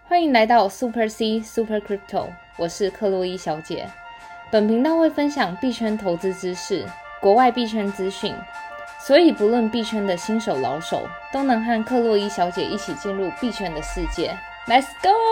欢迎来到 Super C Super Crypto， 我是克洛伊小姐。本频道会分享币圈投资知识、国外币圈资讯，所以不论币圈的新手老手，都能和克洛伊小姐一起进入币圈的世界。Let's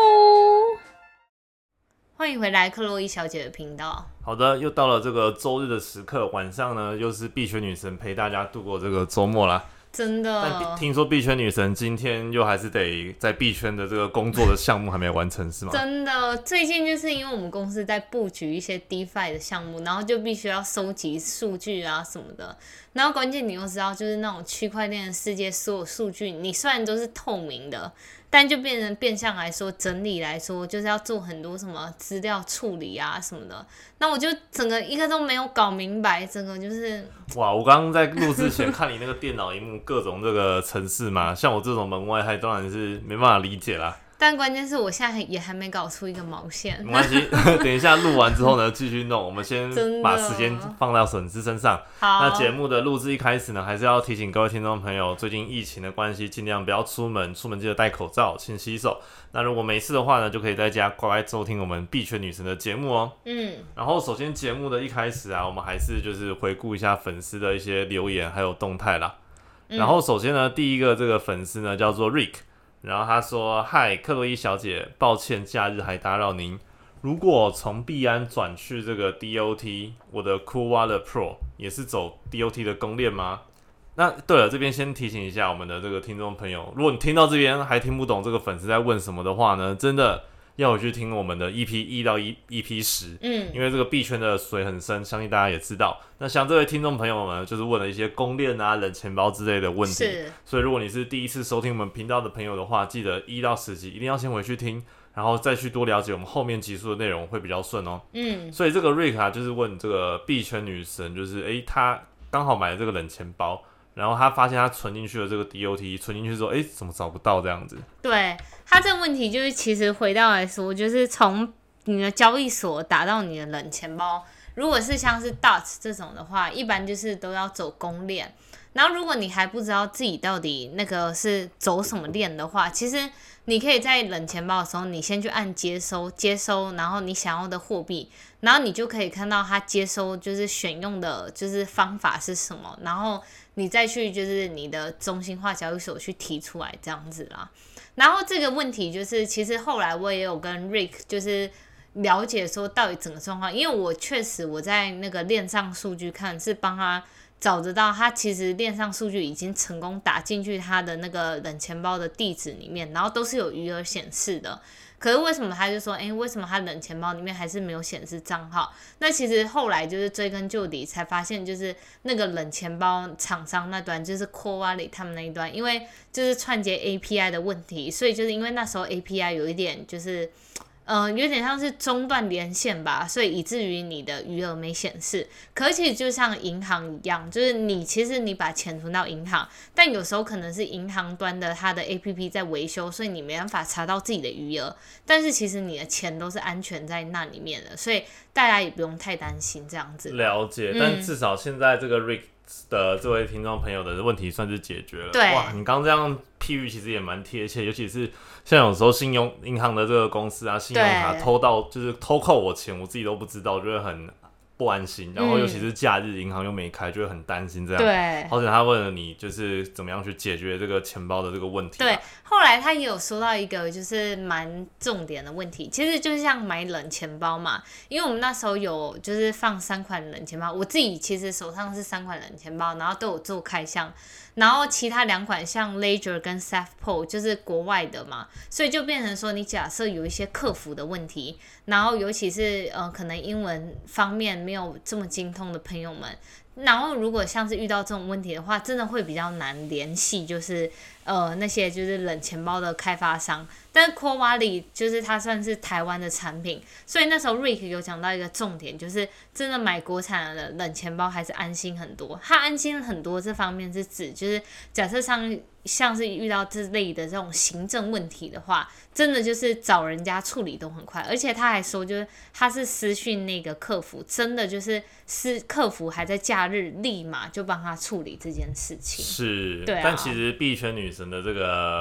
go！ 欢迎回来克洛伊小姐的频道。 好的，又到了这个周日的时刻，晚上呢又是币圈女神陪大家度过这个周末啦。 真的， 但听说币圈女神今天又还是得在币圈的这个工作的项目还没完成，是吗？ 真的，最近就是因为我们公司在布局一些 DeFi 的项目，然后就必须要收集数据啊什么的。然后关键你又知道，就是那种区块链的世界，所有数据你虽然都是透明的，但就变相来说，整理来说，就是要做很多什么资料处理啊什么的。那我就整个一个都没有搞明白，整个就是哇！我刚刚在录之前看你那个电脑荧幕各种这个程式嘛，像我这种门外汉当然是没办法理解啦。 但关键是我现在也还没搞出一个毛线。 没关系，等一下录完之后呢，继续弄。我们先把时间放到沈之身上。 好， 那节目的录制一开始呢，还是要提醒各位听众朋友，最近疫情的关系，尽量不要出门，出门记得戴口罩、勤洗手。那如果没事的话呢，就可以在家乖乖收听我们币圈女神的节目哦。然后首先节目的一开始啊，我们还是就是回顾一下粉丝的一些留言还有动态啦。然后首先呢，第一个这个粉丝呢叫做 Rick。然后他说：“嗨，克洛伊小姐，抱歉假日还打扰您。如果从币安转去这个 DOT， 我的 Cool Wallet Pro 也是走 DOT 的公链吗？那对了，这边先提醒一下我们的这个听众朋友，如果你听到这边还听不懂这个粉丝在问什么的话呢，真的要回去听我们的 EP1 到 EP10，因为这个币圈的水很深，相信大家也知道。那像这位听众朋友们，就是问了一些公链啊、冷钱包之类的问题，所以如果你是第一次收听我们频道的朋友的话，记得1到10集一定要先回去听，然后再去多了解我们后面集数的内容，会比较顺哦。所以这个 Rick 啊，就是问这个币圈女神，就是他刚好买了这个冷钱包。然后他发现他存进去的这个 DOT 存进去之后，怎么找不到这样子？ 对，他这个问题就是其实回到来说，就是从你的交易所打到你的冷钱包，如果是像是 DOT 这种的话，一般就是都要走公链。然后如果你还不知道自己到底那个是走什么链的话，其实你可以在冷钱包的时候，你先去按接收，然后你想要的货币，然后你就可以看到它接收就是选用的就是方法是什么，然后你再去就是你的中心化交易所去提出来这样子啦。然后这个问题就是其实后来我也有跟 Rick 就是了解说到底整个状况，因为我确实我在那个链上数据看是帮他找得到，他其实链上数据已经成功打进去他的那个冷钱包的地址里面，然后都是有余额显示的。可是为什么他就说，为什么他冷钱包里面还是没有显示账号？那其实后来就是追根究底才发现，就是那个冷钱包厂商那端，就是 Cool Wallet 他们那一端，因为就是串接 API 的问题，所以就是因为那时候 API 有一点就是有点像是中断连线吧，所以以至于你的余额没显示。可其实就像银行一样，就是其实你把钱存到银行，但有时候可能是银行端的它的 APP 在维修，所以你没办法查到自己的余额。但是其实你的钱都是安全在那里面的，所以大家也不用太担心这样子。 了解，但至少现在这个 Rick 的这位听众朋友的问题算是解决了。 对， 哇，你刚这样譬喻其实也蛮贴切，尤其是像有时候信用银行的这个公司啊，信用卡就是偷扣我钱，我自己都不知道，就会很不安心。然后尤其是假日银行又没开，就会很担心这样。 对， 好像他问了你，就是怎么样去解决这个钱包的这个问题。 对，后来他也有说到一个就是蛮重点的问题，其实就像买冷钱包嘛，因为我们那时候有就是放3款冷钱包，我自己其实手上是3款冷钱包，然后都有做开箱。然后其他2款像 Ledger 跟 Safepool 就是国外的嘛，所以就变成说你假设有一些客服的问题，然后尤其是可能英文方面没有这么精通的朋友们，然后如果像是遇到这种问题的话，真的会比较难联系，就是那些就是冷钱包的开发商。但是 Cool Wallet 就是它算是台湾的产品，所以那时候 Rick 有讲到一个重点，就是真的买国产的冷钱包还是安心很多。它安心很多这方面是指，就是假设像是遇到这类的这种行政问题的话，真的就是找人家处理都很快。而且他还说，就是他是私讯那个客服，真的就是客服还在假日立马就帮他处理这件事情。 是， 对啊。 但其实币圈女神的这个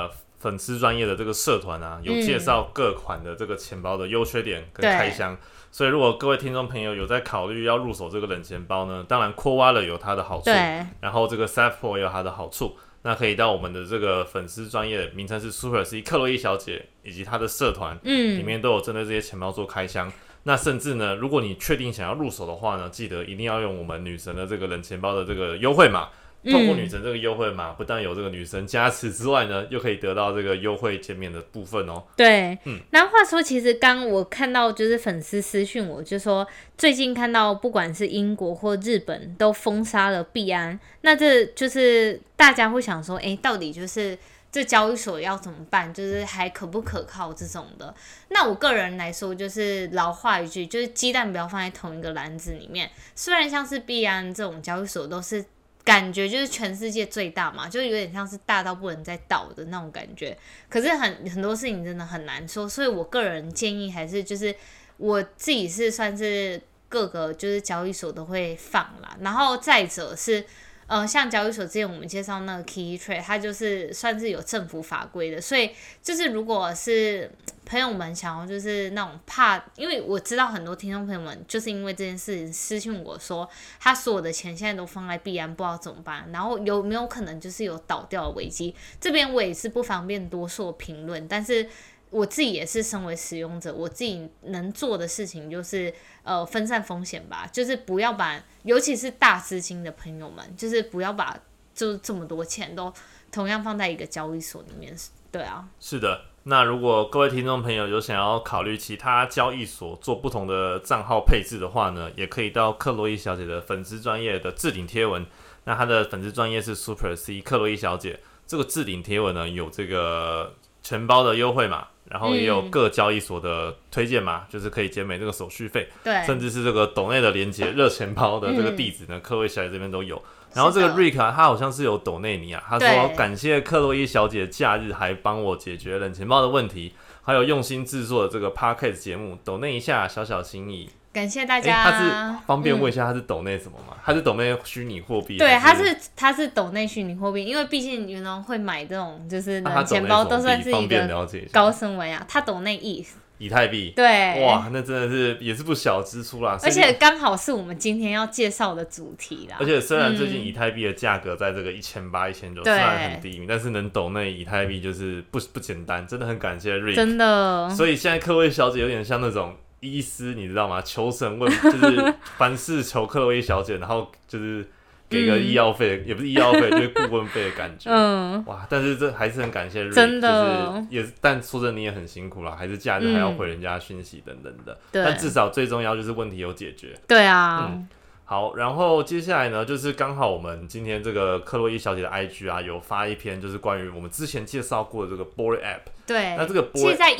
粉丝专业的这个社团啊，有介绍各款的这个钱包的优缺点跟开箱。所以如果各位听众朋友有在考虑要入手这个冷钱包呢，当然 Core Wallet 有它的好处，然后这个 Safepoint 也有它的好处。那可以到我们的这个粉丝专业名称是 Super C 克洛伊小姐以及她的社团，里面都有针对这些钱包做开箱。那甚至呢，如果你确定想要入手的话呢，记得一定要用我们女神的这个冷钱包的这个优惠码。透过女神这个优惠码，不但有这个女神加持之外呢，又可以得到这个优惠减免的部分哦。 对，然后话说，其实刚我看到就是粉丝私讯我，就说最近看到不管是英国或日本都封杀了币安，那这就是大家会想说，到底就是这交易所要怎么办？就是还可不可靠这种的。那我个人来说，就是老话一句，就是鸡蛋不要放在同一个篮子里面。虽然像是币安这种交易所都是感觉就是全世界最大嘛，就有点像是大到不能再倒的那种感觉。可是很多事情真的很难说，所以我个人建议还是就是我自己是算是各个就是交易所都会放啦，然后再者是。像交易所之前我们介绍那个 KeyTrade， 它就是算是有政府法规的，所以就是如果是朋友们想要就是那种怕，因为我知道很多听众朋友们就是因为这件事情私信我说，他所有的钱现在都放在币安，不知道怎么办，然后有没有可能就是有倒掉的危机？这边我也是不方便多说评论，但是。我自己也是身为使用者，我自己能做的事情就是分散风险吧，就是不要把，尤其是大资金的朋友们，就是不要把就这么多钱都同样放在一个交易所里面，对啊。 是的，那如果各位听众朋友有想要考虑其他交易所做不同的账号配置的话呢，也可以到克洛伊小姐的粉丝专页的置顶贴文，那她的粉丝专页是 Super C 克洛伊小姐，这个置顶贴文呢有这个钱包的优惠码。然后也有各交易所的推荐码，就是可以减免这个手续费， 对， 甚至是这个抖内的连结热钱包的这个地址呢，克洛伊小姐这边都有。然后这个 Rick 啊，他好像是有抖内你啊，他说感谢克洛伊小姐假日还帮我解决冷钱包的问题，还有用心制作的这个 Podcast 节目，抖内一下小小心意。 感谢大家。 他是方便问一下，他是抖内什么吗？他是抖内虚拟货币？ 对，他是抖内虚拟货币，因为毕竟你们会买这种就是冷钱包，都算是一个高深文啊。他抖内以太币， 对， 哇，那真的是也是不小支出啦。 而且刚好是我们今天要介绍的主题啦。 而且虽然最近以太币的价格在这个1800、1900，虽然很低迷，但是能抖内以太币就是不简单，真的很感谢 Rick， 真的。 所以现在克洛伊小姐有点像那种。医师你知道吗？求神问就是凡事求克洛伊小姐，然后就是给个医药费，也不是医药费，就是顾问费的感觉。哇！但是这还是很感谢 Rick， 真的， 就是也但说真的你也很辛苦啦，还是假日还要回人家讯息等等的。但至少最重要就是问题有解决。 对啊。 好，然后接下来呢，就是刚好我们今天这个克洛伊小姐的 IG 啊，有发一篇就是关于我们之前介绍过的这个 Bored App。 对， 那这个其实在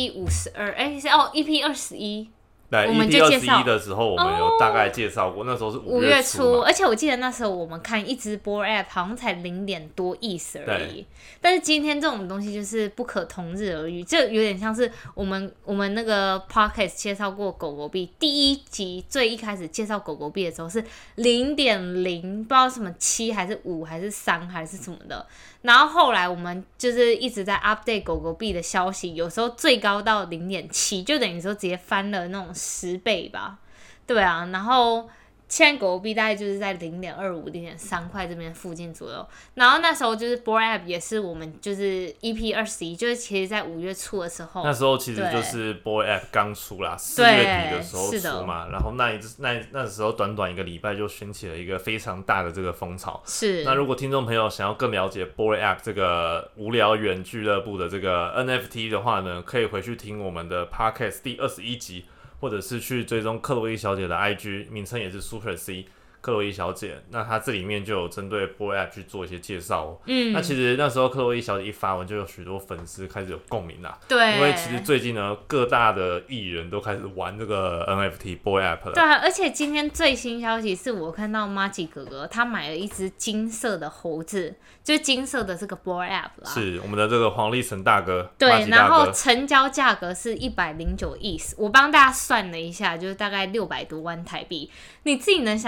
EP 21， 对， 我们就介绍 EP 21的时候，我们有大概介绍过，那时候是 5月初，而且我记得那时候我们看一只 Bored App 好像才0点多意思而已。但是今天这种东西就是不可同日而语，这有点像是我们那个 Podcast 介绍过狗狗币第一集最一开始介绍狗狗币的时候是0.0，不知道什么7还是5还是3还是什么的。然后后来我们就是一直在 update 狗狗币的消息，有时候最高到0.7，就等于说直接翻了那种10倍吧。对啊，然后现在狗狗币大概就是在0.25、0.3块这边附近左右。然后那时候就是 Bored App 也是我们就是 EP 21，就是其实在5月初的时候， 那时候其实就是 Bored App 刚出啦，4月底的时候出嘛。然后那时候短短1个礼拜就掀起了一个非常大的这个风潮。 是。 那如果听众朋友想要更了解 Bored App 这个无聊猿俱乐部的这个 NFT 的话呢，可以回去听我们的 Podcast 第21集。或者是去追踪克洛伊小姐的 IG， 名称也是 Super C 克洛伊小姐，那她这里面就有针对 Bored App 去做一些介绍哦。那其实那时候克洛伊小姐一发文，就有许多粉丝开始有共鸣啦。 对， 因为其实最近呢，各大的艺人都开始玩这个 NFT Bored App 了。 对啊，而且今天最新消息是我看到 Maggie 哥哥他买了一只金色的猴子，就是金色的这个 Bored App 啦。 是我们的这个黄立成大哥。 对，然后成交价格是109亿，我帮大家算了一下，就是大概600多万台币。你自己能想象这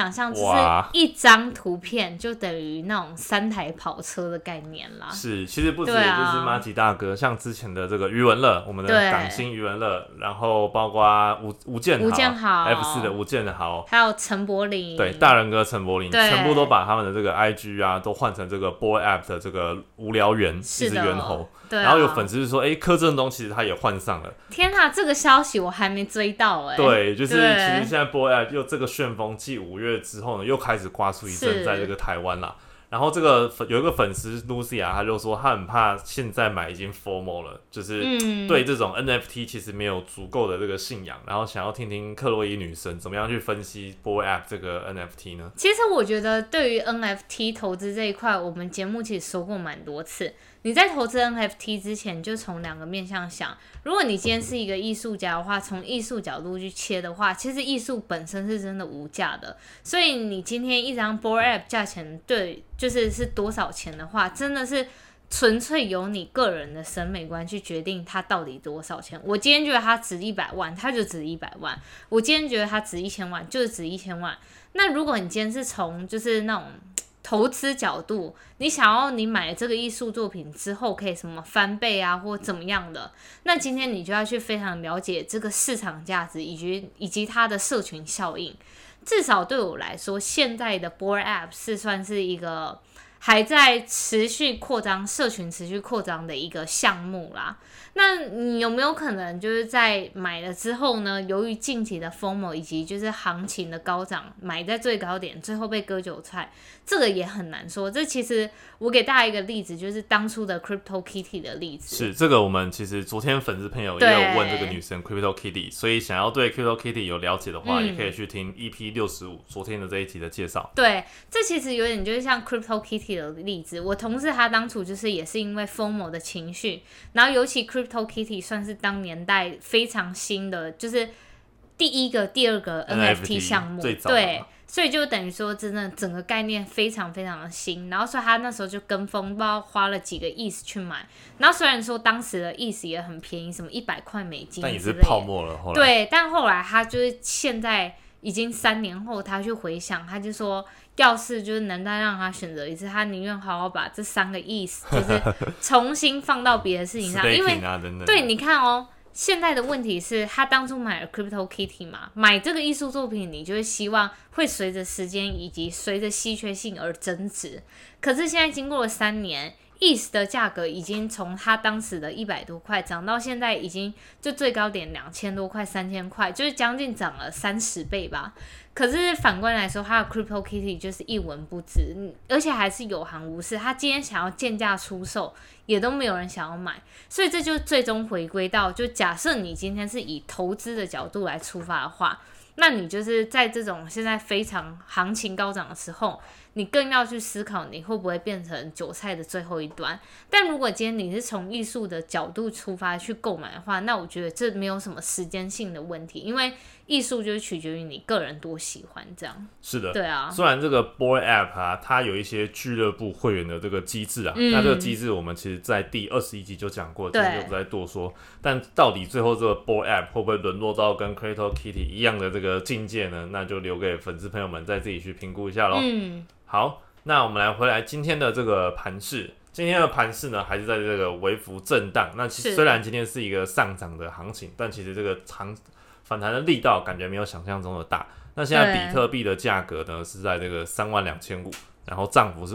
就是一张图片就等于那种3台跑车的概念啦。 是，其实不止，就是马吉大哥，像之前的这个余文乐，我们的港星余文乐，然后包括吴建豪 F4 的吴建豪， 还有陈柏霖， 对，大人哥陈柏霖，全部都把他们的这个 IG 啊，都换成这个 Boy App 的这个无聊猿，一只猿猴。然后有粉丝说，柯震东其实他也换上了。 天哪，这个消息我还没追到对，就是其实现在 Boy App 又这个旋风继5月之后呢，又开始刮出一阵在这个台湾啦。然后这个有一个粉丝 Lucia， 他就说他很怕现在买已经 FOMO 了，就是对这种 NFT 其实没有足够的这个信仰，然后想要听听克洛伊女神怎么样去分析 Boy App 这个 NFT 呢？ 其实我觉得对于 NFT 投资这一块，我们节目其实说过蛮多次。你在投资 NFT 之前，就从2个面向想。如果你今天是一个艺术家的话，从艺术角度去切的话，其实艺术本身是真的无价的。所以你今天一张 Bored App 价钱是多少钱的话，真的是纯粹由你个人的审美观去决定它到底多少钱。我今天觉得它值100万，它就值100万；我今天觉得它值1000万，就是值1000万。那如果你今天是从就是那种投资角度，你想要你买了这个艺术作品之后可以什么翻倍啊，或怎么样的，那今天你就要去非常了解这个市场价值以及它的社群效应。至少对我来说，现在的 Bored App 是算是一个还在持续扩张、社群持续扩张的一个项目啦。那你有没有可能就是在买了之后呢，由于近期的 FOMO 以及就是行情的高涨，买在最高点，最后被割韭菜，这个也很难说。这其实我给大家一个例子，就是当初的 Crypto Kitty 的例子。 是这个，我们其实昨天粉丝朋友也有问这个女生 Crypto Kitty， 所以想要对 Crypto Kitty 有了解的话，也可以去听 EP65 昨天的这一集的介绍。 对，这其实有点就是像 Crypto Kitty 的例子。我同事他当初就是也是因为 FOMO 的情绪，然后尤其 Crypto Kitty 算是当年代非常新的，就是第一个、第二个 NFT 项目，对，所以就等于说真的整个概念非常非常的新，然后所以他那时候就跟风，不知道花了几个亿去买，然后虽然说当时的亿也很便宜，什么100块美金， 但也是泡沫了。后来对，但后来他就是现在已经3年后，他去回想，他就说，要是就是能再让他选择一次，他宁愿好好把这3个亿就是重新放到别的事情上，因为对，你看哦。现在的问题是他当初买了 Crypto Kitty 嘛，买这个艺术作品，你就会希望会随着时间以及随着稀缺性而增值。可是现在经过了3年，ETH 的价格已经从他当时的100多块涨到现在已经就最高点2000多块、3000块，就是将近涨了30倍吧。可是反观来说，他的 Crypto Kitty 就是一文不值，而且还是有行无市。他今天想要贱价出售，也都没有人想要买，所以这就最终回归到，就假设你今天是以投资的角度来出发的话，那你就是在这种现在非常行情高涨的时候，你更要去思考你会不会变成韭菜的最后一端。但如果今天你是从艺术的角度出发去购买的话，那我觉得这没有什么时间性的问题，因为艺术就是取决于你个人多喜欢这样。 是的， 对啊。 虽然这个 Bored App 啊，它有一些俱乐部会员的这个机制啊，那这个机制我们其实在第21集就讲过，今天就不再多说。但到底最后这个 Bored App 会不会沦落到跟 Crypto Kitty 一样的这个境界呢？那就留给粉丝朋友们再自己去评估一下咯。好，那我们来回来今天的这个盘势。今天的盘势呢，还是在这个微幅震荡。那其实虽然今天是一个上涨的行情，但其实这个反弹的力道感觉没有想象中的大。那现在比特币的价格呢是在这个32500，然后涨幅是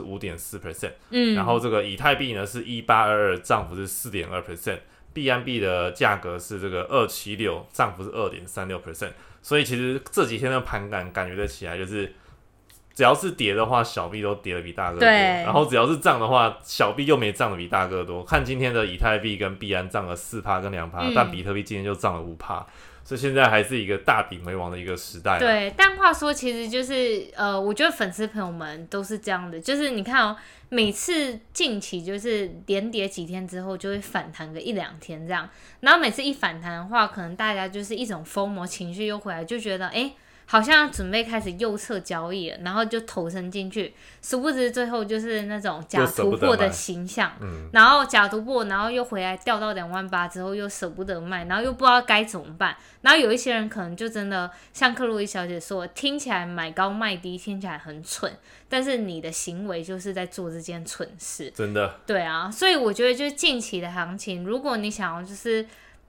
5.4%。然后这个以太币呢是1822，涨幅是 4.2%。币安币的价格是这个276，涨幅是 2.36%。所以其实这几天的盘感觉得起来就是。只要是跌的话，小币都跌得比大哥多，然后只要是涨的话，小币又没涨得比大哥多。看今天的以太币跟币安涨了 4% 跟 2%，但比特币今天就涨了 5%，所以现在还是一个大饼为王的一个时代。 对，但话说，其实就是我觉得粉丝朋友们都是这样的，就是你看哦，每次近期就是连跌几天之后就会反弹个1-2天这样，然后每次一反弹的话，可能大家就是一种疯魔情绪又回来，就觉得好像准备开始右侧交易了，然后就投身进去，殊不知最后就是那种假突破的形象，然后假突破，然后又回来掉到28000之后又舍不得卖，然后又不知道该怎么办。然后有一些人可能就真的像克洛伊小姐说，听起来买高卖低听起来很蠢，但是你的行为就是在做这件蠢事， 真的。 对啊，所以我觉得就是近期的行情，如果你想要就是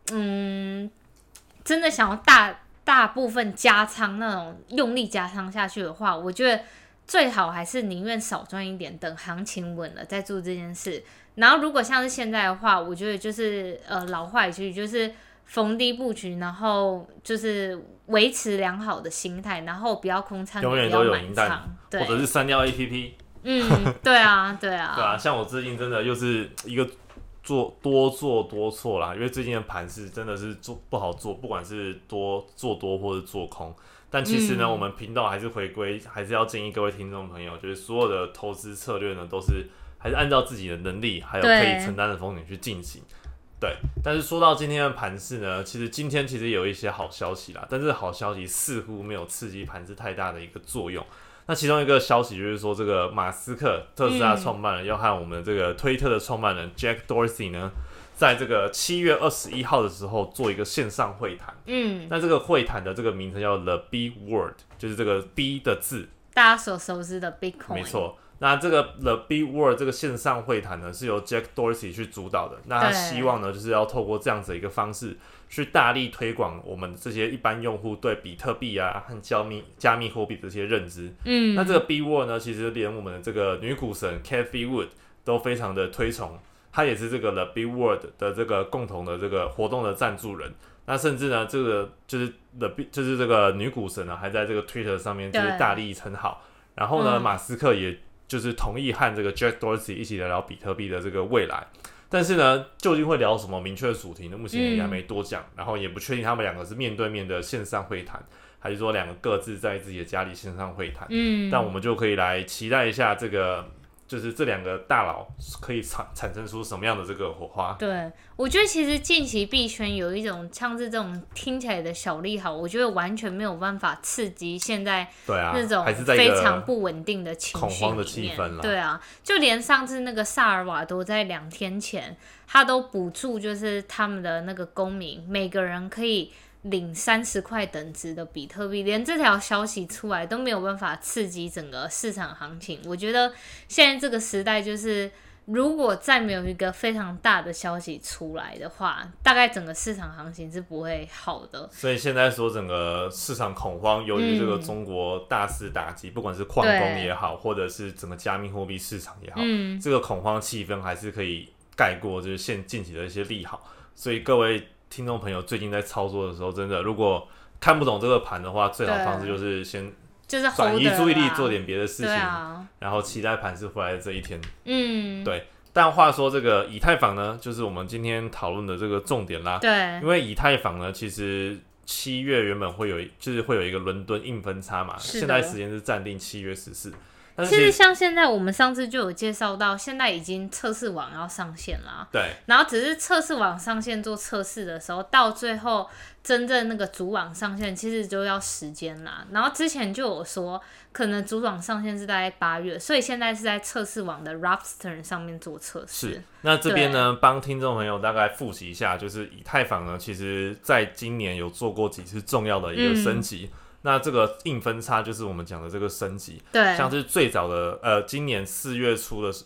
真的想要大部分加仓那种用力加仓下去的话，我觉得最好还是宁愿少赚一点，等行情稳了再做这件事。然后如果像是现在的话，我觉得就是老话一句，就是逢低布局，然后就是维持良好的心态，然后不要空仓， 永远都有赢弹， 或者是删掉 APP。 对啊，对啊， 对啊，像我最近真的又是一个多做多错啦，因为最近的盘是真的是不好做，不管是做多或者做空。但其实呢，我们频道还是回归，还是要建议各位听众朋友，就是所有的投资策略呢，都是还是按照自己的能力还有可以承担的风险去进行。对，但是说到今天的盘势呢，其实今天有一些好消息啦，但是好消息似乎没有刺激盘势太大的一个作用。那其中一个消息就是说，这个马斯克，特斯拉创办人，要和我们这个推特的创办人 Jack Dorsey 呢，在这个7月21号的时候做一个线上会谈。那这个会谈的这个名称叫 The B Word， 就是这个 B 的字， 大家所熟知的 Bitcoin。 没错。那这个 The B Word 这个线上会谈呢，是由 Jack Dorsey 去主导的。那他希望呢，就是要透过这样子的一个方式，去大力推广我们这些一般用户对比特币啊和加密货币这些认知。那这个 B Word 呢，其实连我们的这个女股神 Cathie Wood 都非常的推崇，她也是这个 The B Word 的这个共同的这个活动的赞助人。那甚至呢，这个就是这个女股神呢，还在这个 Twitter 上面就是大力称好。然后呢，马斯克也就是同意和这个 Jack Dorsey 一起聊聊比特币的这个未来。但是呢，究竟会聊什么明确的主题呢？目前也还没多讲，然后也不确定他们两个是面对面的线上会谈，还是说两个各自在自己的家里线上会谈。但我们就可以来期待一下这个，就是这两个大佬可以产生出什么样的这个火花。 对，我觉得其实近期币圈有一种像是这种听起来的小利好，我觉得完全没有办法刺激现在那种非常不稳定的情绪恐慌的气氛啦。 对啊，就连上次那个萨尔瓦多在2天前，他都补助就是他们的那个公民每个人可以领30块等值的比特币，连这条消息出来都没有办法刺激整个市场行情。我觉得现在这个时代就是如果再没有一个非常大的消息出来的话，大概整个市场行情是不会好的。 所以现在说整个市场恐慌，由于这个中国大肆打击，不管是矿工也好，或者是整个加密货币市场也好，这个恐慌气氛还是可以盖过就是近期的一些利好。所以各位听众朋友最近在操作的时候，真的如果看不懂这个盘的话，最好的方式就是先转移注意力，做点别的事情，然后期待盘势回来的这一天。对。但话说这个以太坊呢，就是我们今天讨论的这个重点啦。 对。 因为以太坊呢，其实7月原本会有一个伦敦硬分叉嘛，现在时间是暂定7月14。 其实像现在我们上次就有介绍到，现在已经测试网要上线啦。 对。 然后只是测试网上线做测试的时候，到最后真正那个主网上线，其实就要时间啦。然后之前就有说，可能主网上线是大概8月，所以现在是在测试网的 Rapster 上面做测试。 是。那这边呢，帮听众朋友大概复习一下，就是以太坊呢，其实在今年有做过几次重要的一个升级。那这个硬分叉就是我们讲的这个升级， 对， 像是最早的今年4月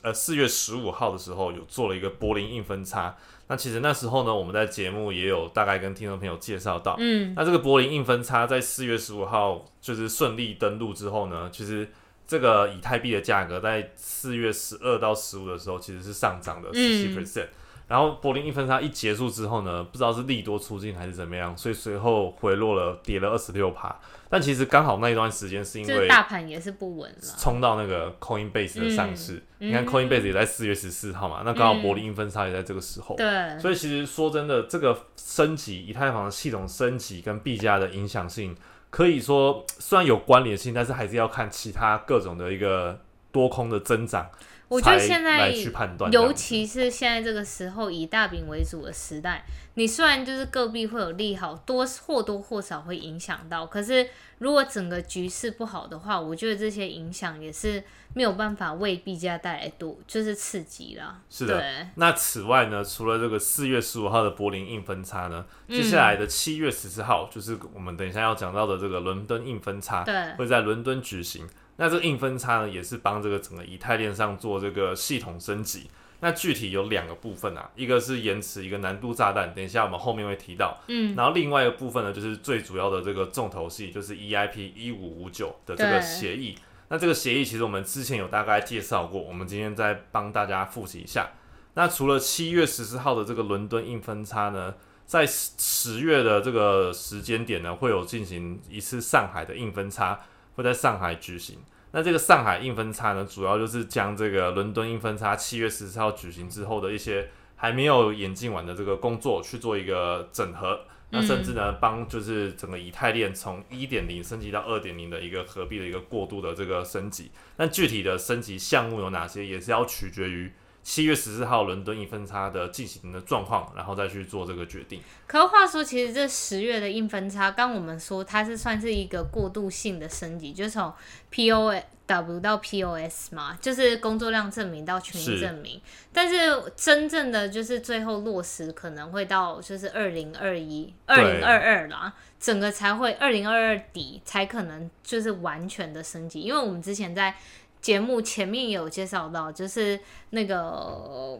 15号的时候有做了一个柏林硬分叉。那其实那时候呢，我们在节目也有大概跟听众朋友介绍到，那这个柏林硬分叉在4月15号就是顺利登陆之后呢，其实这个以太币的价格在4月12到15的时候其实是上涨的17%。然后柏林硬分叉一结束之后呢，不知道是利多出尽还是怎么样，所以随后回落了，跌了26%。但其实刚好那一段时间是因为大盘也是不稳了， 冲到那个 Coinbase 的上市。你看 Coinbase 也在4月14号嘛，那刚好柏林硬分叉也在这个时候。 对， 所以其实说真的，这个升级以太坊的系统升级跟币价的影响性，可以说虽然有关联性，但是还是要看其他各种的一个多空的增长。 我觉得现在来去判断， 尤其是现在这个时候以大饼为主的时代，你虽然就是各币会有利好，或多或少会影响到，可是如果整个局势不好的话，我觉得这些影响也是没有办法为币价带来就是刺激啦。 是的。那此外呢，除了这个4月15号的柏林硬分叉呢，接下来的7月14号就是我们等一下要讲到的这个伦敦硬分叉，会在伦敦举行。那这个硬分叉呢，也是帮这个整个以太链上做这个系统升级。那具体有2个部分啊，一个是延迟，一个难度炸弹，等一下我们后面会提到。然后另外一个部分呢，就是最主要的这个重头戏，就是 EIP 1559的这个协议。那这个协议其实我们之前有大概介绍过，我们今天再帮大家复习一下。那除了7月14号的这个伦敦硬分叉呢，在10月的这个时间点呢，会有进行一次上海的硬分叉。会在上海举行。那这个上海硬分叉呢，主要就是将这个伦敦硬分叉7月14号举行之后的一些还没有演进完的这个工作去做一个整合。那甚至呢，帮就是整个以太链从 1.0 升级到 2.0 的一个合璧的一个过渡的这个升级。那具体的升级项目有哪些，也是要取决于7月14号伦敦硬分叉的进行的状况，然后再去做这个决定。 可是话说，其实这10月的硬分叉，刚我们说它是算是一个过渡性的升级，就是从 POW 到 POS 嘛，就是工作量证明到权益证明。但是真正的就是最后落实可能会到就是2022啦，整个才会2022底才可能就是完全的升级，因为我们之前在节目前面也有介绍到，就是那个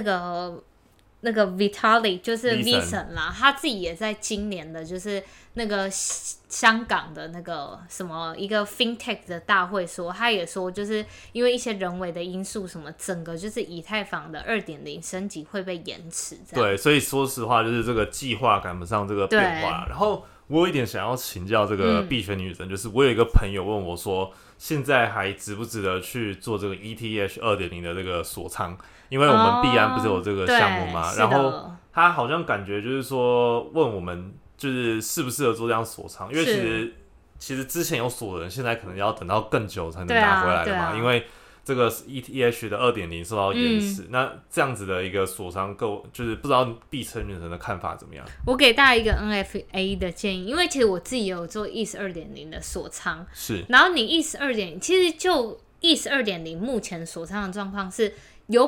Vitalik 就是 Vincent 啦，他自己也在今年的就是那个香港的那个什么一个 FinTech 的大会说，他也说就是因为一些人为的因素，什么整个就是以太坊的 2.0 升级会被延迟。 对，所以说实话就是这个计划赶不上这个变化。然后我有一点想要请教这个币圈女神，就是我有一个朋友问我说，现在还值不值得去做这个 ETH 2.0 的这个锁仓？因为我们币安不是有这个项目吗？然后他好像感觉就是说问我们就是适不适合做这样锁仓，因为其实之前有锁的人，现在可能要等到更久才能拿回来了嘛，因为这个 ETH 的 2.0 受到延迟。那这样子的一个锁仓就是不知道币圈女神的看法怎么样？ 我给大家一个 NFA 的建议，因为其实我自己也有做 ETH 2.0 的锁仓， 是。 然后你 ETH 2.0，其实就 ETH 2.0目前锁仓的状况是有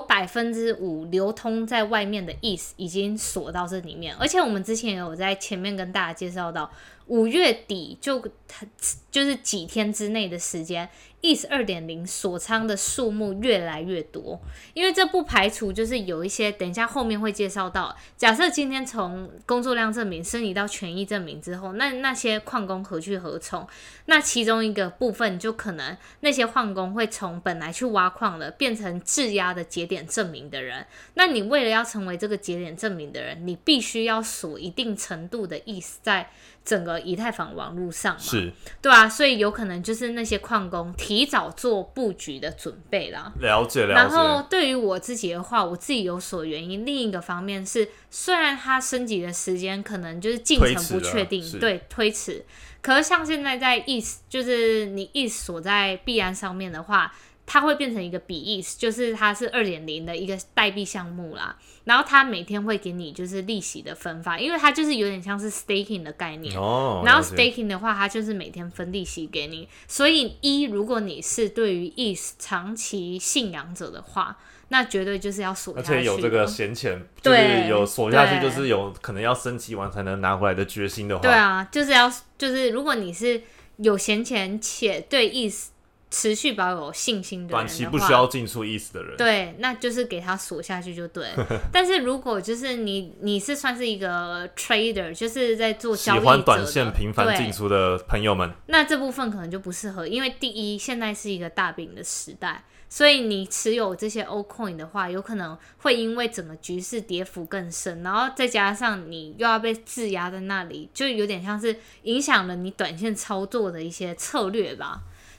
5% 流通在外面的 ETH 已经锁到这里面，而且我们之前也有在前面跟大家介绍到，5月底就是几天之内的时间，ETH 2.0 锁仓的数目越来越多，因为这不排除就是有一些等一下后面会介绍到，假设今天从工作量证明升级到权益证明之后，那些矿工何去何从？那其中一个部分就可能那些矿工会从本来去挖矿的变成质押的节点证明的人，那你为了要成为这个节点证明的人，你必须要锁一定程度的 ETH 在整个以太坊网络上嘛， 是， 对啊，所以有可能就是那些矿工提早做布局的准备啦。 了解。 然后对于我自己的话，我自己有所原因，另一个方面是，虽然它升级的时间可能就是进程不确定，对，推迟。可是像现在在 ETH， 就是你 ETH 锁在币安上面的话，它会变成一个比 ETH， 就是它是 2.0 的一个代币项目啦。然后它每天会给你就是利息的分发，因为它就是有点像是 staking 的概念。然后 staking 的话，它就是每天分利息给你。所以如果你是对于 ETH 长期信仰者的话，那绝对就是要锁下去， 而且有这个闲钱，就是有锁下去，就是有可能要升级完才能拿回来的决心的话， 对啊，就是如果你是有闲钱且对 ETH 持续保有信心的人的话， 短期不需要进出 ETH 的人， 对，那就是给他锁下去就对了。但是如果就是你是算是一个 trader， 就是在做交易者的， 喜欢短线频繁进出的朋友们， 那这部分可能就不适合，因为第一，现在是一个大饼的时代。所以你持有这些 Altcoin 的话，有可能会因为整个局势跌幅更深，然后再加上你又要被质押在那里，就有点像是影响了你短线操作的一些策略吧。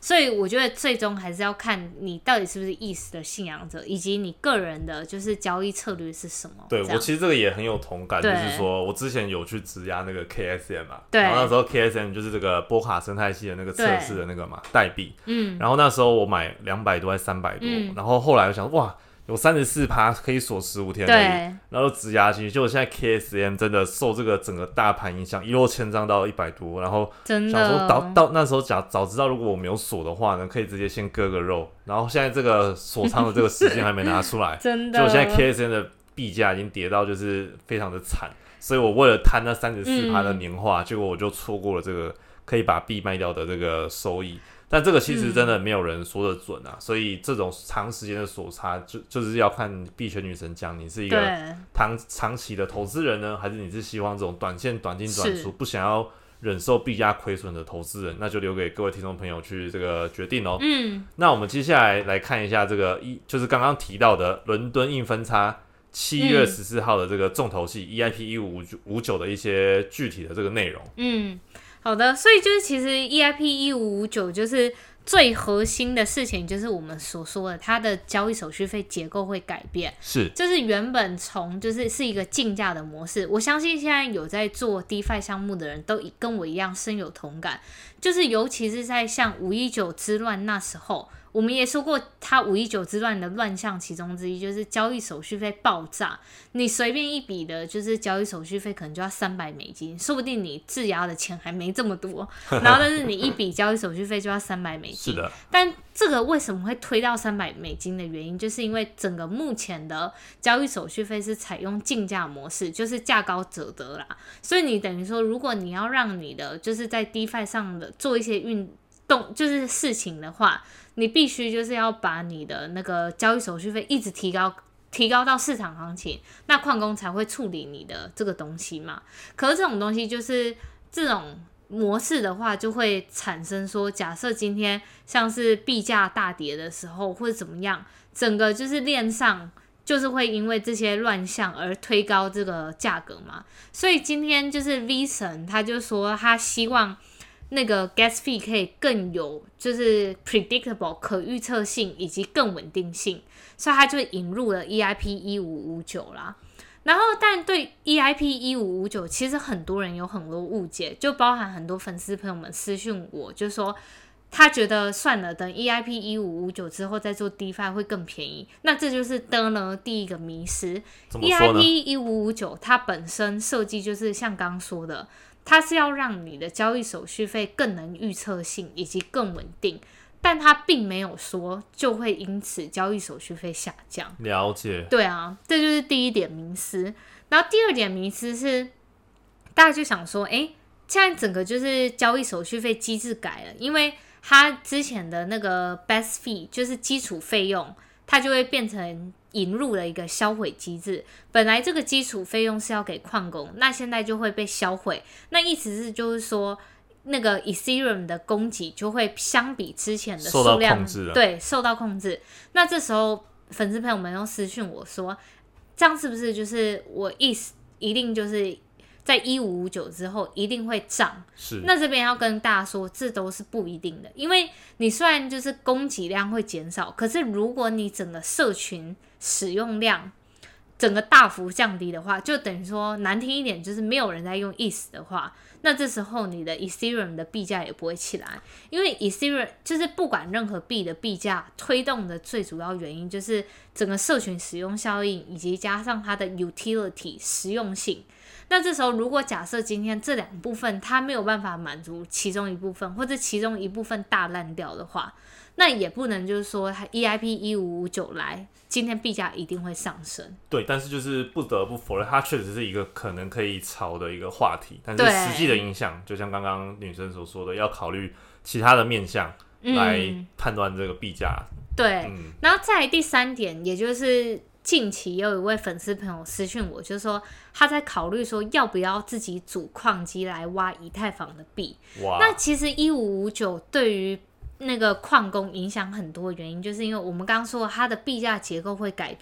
所以我觉得最终还是要看你到底是不是ETH的信仰者，以及你个人的就是交易策略是什么。 对，我其实这个也很有同感，就是说我之前有去质押那个 KSM 嘛， 对， 然后那时候 KSM 就是这个波卡生态系的那个测试的那个嘛代币，然后那时候我买200多还300多，然后后来我想哇。有34%可以锁15天而已，然后质押进去。结果现在 KSM 真的受这个整个大盘影响，一落千丈到100多，然后想说到那时候早知道如果我没有锁的话呢，可以直接先割个肉。然后现在这个锁仓的这个时间还没拿出来， 真的。 结果现在 KSM 的币价已经跌到就是非常的惨，所以我为了贪那34%的年化，结果我就错过了这个可以把币卖掉的这个收益。但这个其实真的没有人说得准啊，所以这种长时间的锁差就是要看币圈女神讲你是一个长期的投资人呢，还是你是希望这种短线短进短出，不想要忍受币价亏损的投资人，那就留给各位听众朋友去这个决定哦。那我们接下来看一下这个就是刚刚提到的伦敦硬分叉7月14号的这个重头戏 EIP 1559的一些具体的这个内容。 好的，所以就是其实 EIP 1559就是最核心的事情，就是我们所说的它的交易手续费结构会改变，就是原本从是一个竞价的模式。我相信现在有在做 DeFi 项目的人都跟我一样深有同感，就是尤其是在像519之乱那时候，我们也说过，它519之乱的乱象其中之一就是交易手续费爆炸，你随便一笔的就是交易手续费可能就要$300，说不定你质押的钱还没这么多，然后但是你一笔交易手续费就要$300。 是的。 但这个为什么会推到$300的原因，就是因为整个目前的交易手续费是采用竞价模式，就是价高者得啦。所以你等于说，如果你要让你的就是在 DeFi 上的做一些运动就是事情的话，你必须就是要把你的那个交易手续费一直提高到市场行情，那矿工才会处理你的这个东西嘛。可是这种东西就是这种模式的话，就会产生说，假设今天像是币价大跌的时候或者怎么样，整个就是链上就是会因为这些乱象而推高这个价格嘛。所以今天就是 V 神他就说他希望那个 gas fee 可以更有就是 predictable 可预测性以及更稳定性，所以他就引入了 EIP 1559啦。然后但对 EIP 1559其实很多人有很多误解，就包含很多粉丝朋友们私讯我，就说他觉得算了，等 EIP 1559之后再做 DeFi 会更便宜。那这就是第一个迷思。EIP 1559它本身设计就是像刚刚说的，它是要让你的交易手续费更能预测性以及更稳定，但它并没有说就会因此交易手续费下降。 了解。对啊，这就是第一点迷思。然后第二点迷思是，大家就想说，现在整个就是交易手续费机制改了，因为它之前的那个 base fee 就是基础费用，它就会变成引入了一个销毁机制。本来这个基础费用是要给矿工，那现在就会被销毁。那意思是就是说，那个 Ethereum 的供给就会相比之前的数量受到控制。那这时候粉丝朋友们又私讯我说，这样是不是就是我一定就是在1559之后一定会涨？那这边要跟大家说，这都是不一定的，因为你虽然就是供给量会减少，可是如果你整个社群使用量整个大幅降低的话，就等于说难听一点就是没有人在用 ETH 的话，那这时候你的 Ethereum 的币价也不会起来。因为 Ethereum 就是不管任何币的币价推动的最主要原因就是整个社群使用效应以及加上它的 utility 实用性。那这时候如果假设今天这两部分它没有办法满足其中一部分，或者其中一部分大烂掉的话，那也不能就是说 EIP 1559来今天币价一定会上升。 对，但是就是不得不否认，它确实是一个可能可以炒的一个话题，但是实际的影响就像刚刚女生所说的，要考虑其他的面向来判断这个币价。 对，然后再来第三点，也就是近期有一位粉丝朋友私讯我，就是说他在考虑说要不要自己组矿机来挖以太坊的币。那其实1559对于那个矿工影响很多的原因，就是因为我们刚刚说它的币价结构会改变，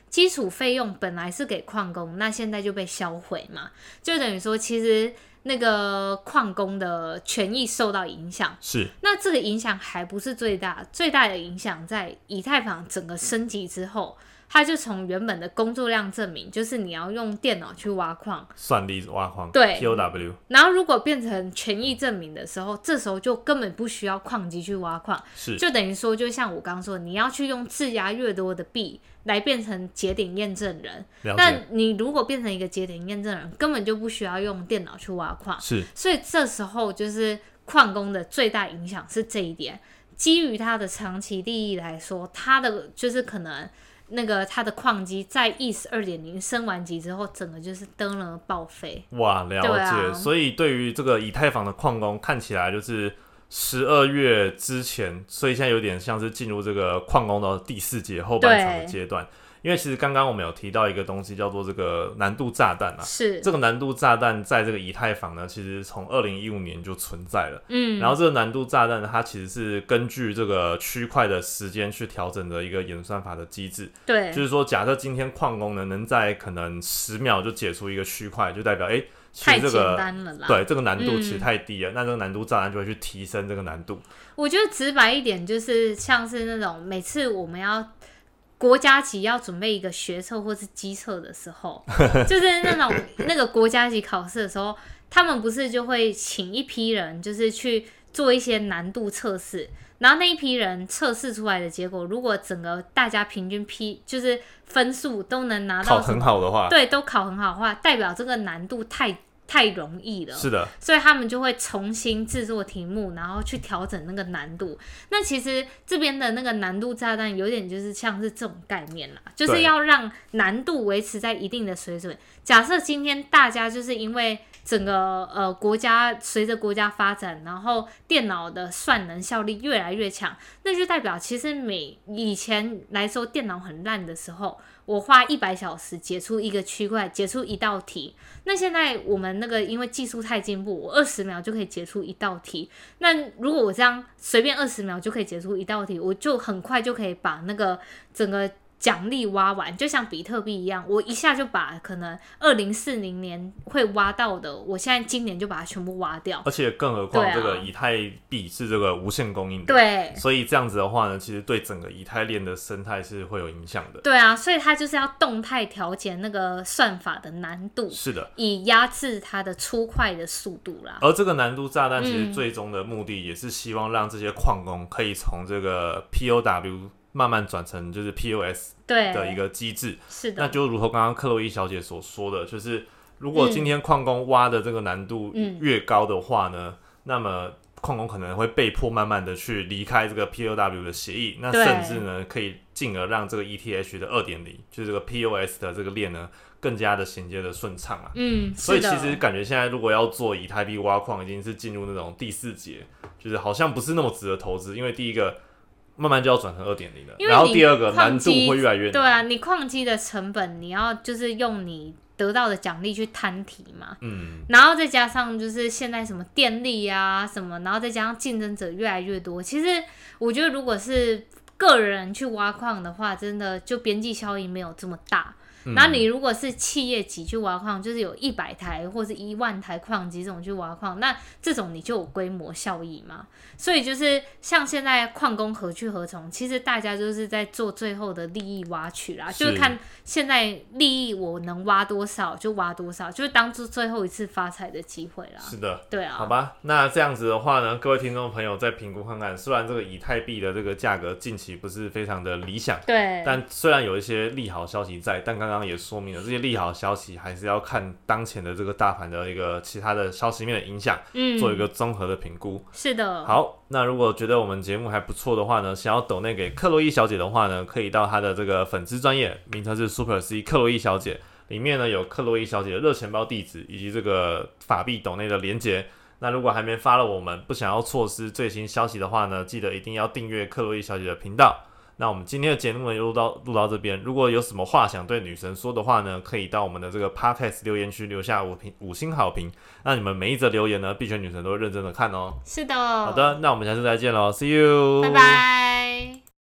基础费用本来是给矿工，那现在就被销毁嘛，就等于说其实那个矿工的权益受到影响。 是， 那这个影响还不是最大，最大的影响在以太坊整个升级之后，它就从原本的工作量证明，就是你要用电脑去挖矿， 算力挖矿， 对 POW， 然后如果变成权益证明的时候，这时候就根本不需要矿机去挖矿， 是， 就等于说，就像我刚刚说，你要去用质押越多的币来变成节点验证人，那你如果变成一个节点验证人，根本就不需要用电脑去挖矿， 是， 所以这时候就是矿工的最大影响是这一点。基于他的长期利益来说，他的就是可能那个他的矿机在 ETH 2.0 升完级之后，整个就是登了报废。 哇，了解。所以对于这个以太坊的矿工，看起来就是12月之前，所以现在有点像是进入这个矿工的第4节后半场的阶段。因为其实刚刚我们有提到一个东西叫做这个难度炸弹啊， 是这个难度炸弹在这个以太坊呢，其实从2015年就存在了，然后这个难度炸弹呢，它其实是根据这个区块的时间去调整的一个演算法的机制， 对， 就是说假设今天矿工呢能在可能10秒就解出一个区块，就代表其实这个太简单了啦， 对，这个难度其实太低了，那这个难度炸弹就会去提升这个难度。 我觉得直白一点，就是像是那种每次我们要国家级要准备一个学测或是基测的时候，就是那个国家级考试的时候，他们不是就会请一批人，就是去做一些难度测试，然后那一批人测试出来的结果，如果整个大家平均就是分数都能拿到考很好的话， 对，都考很好的话，代表这个难度太容易了， 是的， 所以他们就会重新制作题目，然后去调整那个难度。那其实这边的那个难度炸弹有点就是像是这种概念啦，就是要让难度维持在一定的水准。假设今天大家就是因为整个国家随着国家发展，然后电脑的算能效率越来越强，那就代表其实以前来说电脑很烂的时候，我花100小时解出一个区块，解出一道题。那现在我们那个因为技术太进步，我20秒就可以解出一道题。那如果我这样随便20秒就可以解出一道题，我就很快就可以把那个整个奖励挖完，就像比特币一样，我一下就把可能2040年会挖到的，我现在今年就把它全部挖掉。 而且更何况这个以太币是这个无限供应的， 对， 所以这样子的话呢，其实对整个以太链的生态是会有影响的。 对啊，所以它就是要动态调节那个算法的难度， 是的， 以压制它的出块的速度啦。 而这个难度炸弹其实最终的目的也是希望让这些矿工可以从这个 POW慢慢转成就是 POS 的一个机制， 是的。 那就如同刚刚克洛伊小姐所说的，就是如果今天矿工挖的这个难度越高的话呢，那么矿工可能会被迫慢慢的去离开这个 POW 的协议，那甚至呢可以进而让这个 ETH 的 2.0 就是这个 POS 的这个链呢更加的衔接的顺畅啊。 所以其实感觉现在如果要做以太币挖矿，已经是进入那种第4节，就是好像不是那么值得投资，因为第一个慢慢就要转成 2.0 了，然后第二个难度会越来越难。 对啊，你矿机的成本你要就是用你得到的奖励去摊提嘛，然后再加上就是现在什么电力啊什么，然后再加上竞争者越来越多，其实我觉得如果是个人去挖矿的话，真的就边际效应没有这么大。然后你如果是企业级去挖矿，就是有100台或是10000台矿机这种去挖矿，那这种你就有规模效益嘛。所以就是像现在矿工何去何从，其实大家就是在做最后的利益挖取啦，就是看现在利益我能挖多少就挖多少，就是当做最后一次发财的机会啦。 是的， 对啊。 好吧，那这样子的话呢，各位听众朋友再评估看看，虽然这个以太币的这个价格近期不是非常的理想， 对， 但虽然有一些利好消息在，但刚刚也说明了这些利好消息还是要看当前的这个大盘的一个其他的消息面的影响，做一个综合的评估。 是的。 好，那如果觉得我们节目还不错的话呢，想要抖内给克洛伊小姐的话呢，可以到她的这个粉丝专页，名称是 Super C 克洛伊小姐，里面呢有克洛伊小姐的热钱包地址以及这个法币抖内的连结。那如果还没follow我们，不想要错失最新消息的话呢，记得一定要订阅克洛伊小姐的频道。那我们今天的节目呢录到这边，如果有什么话想对女神说的话呢，可以到我们的这个 Podcast 留言区留下5星好评。那你们每一则留言呢，币圈女神都会认真的看哦。 是的。 好的，那我们下次再见咯， See you， 拜拜。